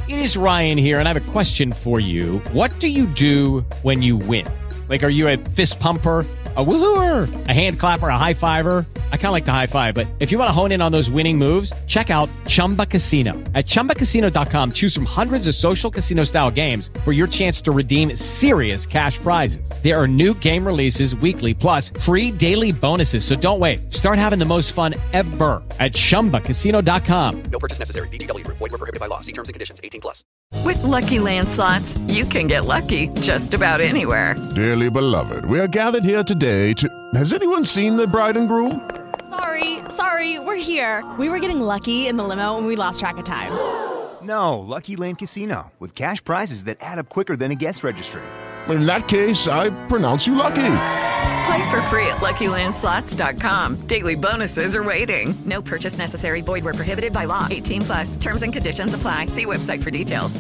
It is Ryan here, and I have a question for you. What do you do when you win? Like, are you a fist pumper, a woohooer, a hand clapper, a high fiver? I kind of like the high five, but if you want to hone in on those winning moves, check out Chumba Casino. At ChumbaCasino.com, choose from hundreds of social casino style games for your chance to redeem serious cash prizes. There are new game releases weekly, plus free daily bonuses. So don't wait. Start having the most fun ever at ChumbaCasino.com. No purchase necessary. VGW Group. Void where prohibited by law. See terms and conditions. 18+. With Lucky Land Slots, you can get lucky just about anywhere. Dearly beloved, we are gathered here today to... Has anyone seen the bride and groom? Sorry, we're here. We were getting lucky in the limo and we lost track of time. No, Lucky Land Casino, with cash prizes that add up quicker than a guest registry. In that case, I pronounce you lucky. Play for free at LuckyLandSlots.com. Daily bonuses are waiting. No purchase necessary. Void where prohibited by law. 18+. Terms and conditions apply. See website for details.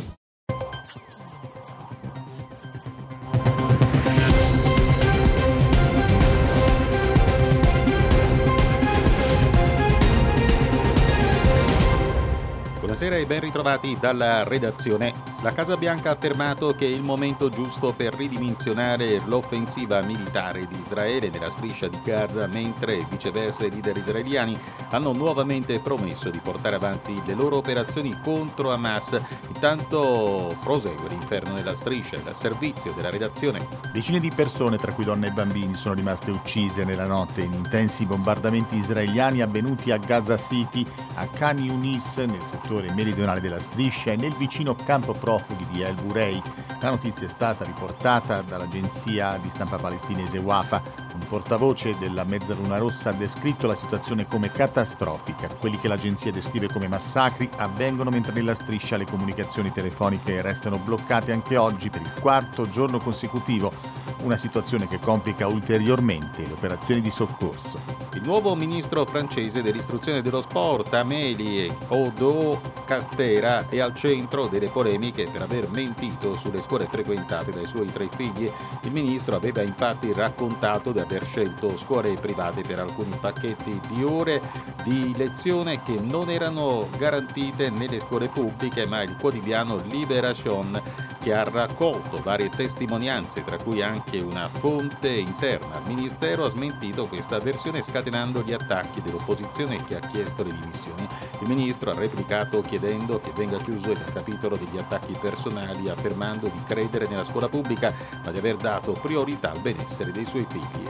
Buonasera e ben ritrovati dalla redazione. La Casa Bianca ha affermato che è il momento giusto per ridimensionare l'offensiva militare di Israele nella striscia di Gaza, mentre viceversa i leader israeliani hanno nuovamente promesso di portare avanti le loro operazioni contro Hamas. Intanto prosegue l'inferno nella striscia, il servizio della redazione. Decine di persone, tra cui donne e bambini, sono rimaste uccise nella notte in intensi bombardamenti israeliani avvenuti a Gaza City, a Khan Yunis, nel settore meridionale della striscia, e nel vicino campo profughi di El Burei. La notizia è stata riportata dall'agenzia di stampa palestinese Wafa. Un portavoce della Mezzaluna Rossa ha descritto la situazione come catastrofica. Quelli che l'agenzia descrive come massacri avvengono mentre nella striscia le comunicazioni telefoniche restano bloccate anche oggi per il quarto giorno consecutivo. Una situazione che complica ulteriormente le operazioni di soccorso. Il nuovo ministro francese dell'istruzione e dello sport, Amélie Oudéa-Castéra, è al centro delle polemiche per aver mentito sulle scuole frequentate dai suoi 3 figli. Il ministro aveva infatti raccontato di aver scelto scuole private per alcuni pacchetti di ore di lezione che non erano garantite nelle scuole pubbliche, ma il quotidiano Libération, che ha raccolto varie testimonianze, tra cui anche una fonte interna al ministero, ha smentito questa versione scatenando gli attacchi dell'opposizione che ha chiesto le dimissioni. Il ministro ha replicato chiedendo che venga chiuso il capitolo degli attacchi personali, affermando di credere nella scuola pubblica ma di aver dato priorità al benessere dei suoi figli.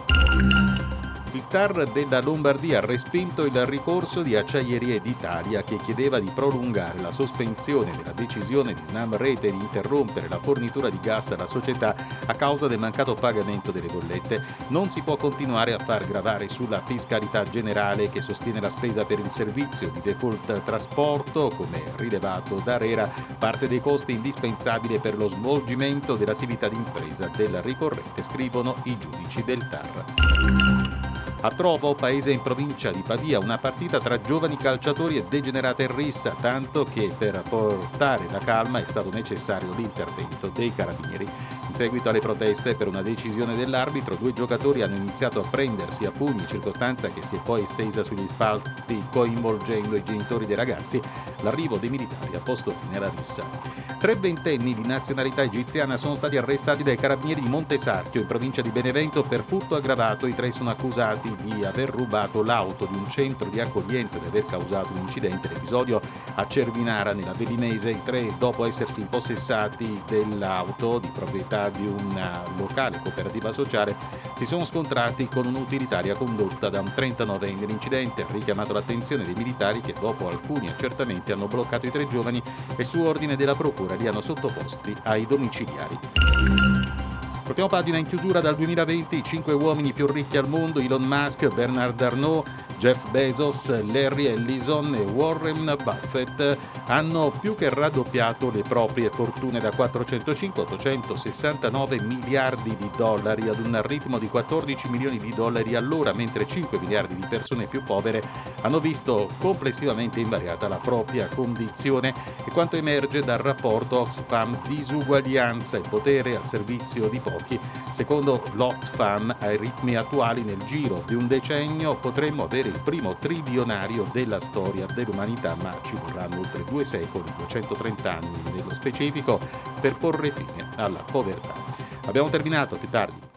Il TAR della Lombardia ha respinto il ricorso di Acciaierie d'Italia che chiedeva di prolungare la sospensione della decisione di Snam Rete di interrompere la fornitura di gas alla società a causa del mancato pagamento delle bollette. Non si può continuare a far gravare sulla fiscalità generale che sostiene la spesa per il servizio di default trasporto, come rilevato da ARERA, parte dei costi indispensabili per lo svolgimento dell'attività d'impresa del ricorrente, scrivono i giudici del TAR. A Trovo, paese in provincia di Pavia, una partita tra giovani calciatori è degenerata in rissa, tanto che per portare la calma è stato necessario l'intervento dei carabinieri. In seguito alle proteste per una decisione dell'arbitro, 2 giocatori hanno iniziato a prendersi a pugni, circostanza che si è poi estesa sugli spalti coinvolgendo i genitori dei ragazzi. L'arrivo dei militari ha posto fine alla rissa. 3 ventenni di nazionalità egiziana sono stati arrestati dai carabinieri di Montesarchio, in provincia di Benevento, per furto aggravato. I 3 sono accusati di aver rubato l'auto di un centro di accoglienza e di aver causato un incidente. L'episodio a Cervinara, nella Velinese. I 3, dopo essersi impossessati dell'auto di proprietà di una locale cooperativa sociale, si sono scontrati con un'utilitaria condotta da un 39enne. L'incidente ha richiamato l'attenzione dei militari che, dopo alcuni accertamenti, hanno bloccato i 3 giovani e su ordine della procura li hanno sottoposti ai domiciliari. Portiamo pagina. In chiusura. Dal 2020 i 5 uomini più ricchi al mondo, Elon Musk, Bernard Arnault, Jeff Bezos, Larry Ellison e Warren Buffett, hanno più che raddoppiato le proprie fortune da 405 a 869 miliardi di dollari ad un ritmo di 14 milioni di dollari all'ora, mentre 5 miliardi di persone più povere hanno visto complessivamente invariata la propria condizione. E quanto emerge dal rapporto Oxfam Disuguaglianza e potere al servizio di pochi traslochi. Secondo l'Oxfam, ai ritmi attuali nel giro di un decennio potremmo avere il primo trilionario della storia dell'umanità, ma ci vorranno oltre 2 secoli, 230 anni nello specifico, per porre fine alla povertà. Abbiamo terminato, più tardi.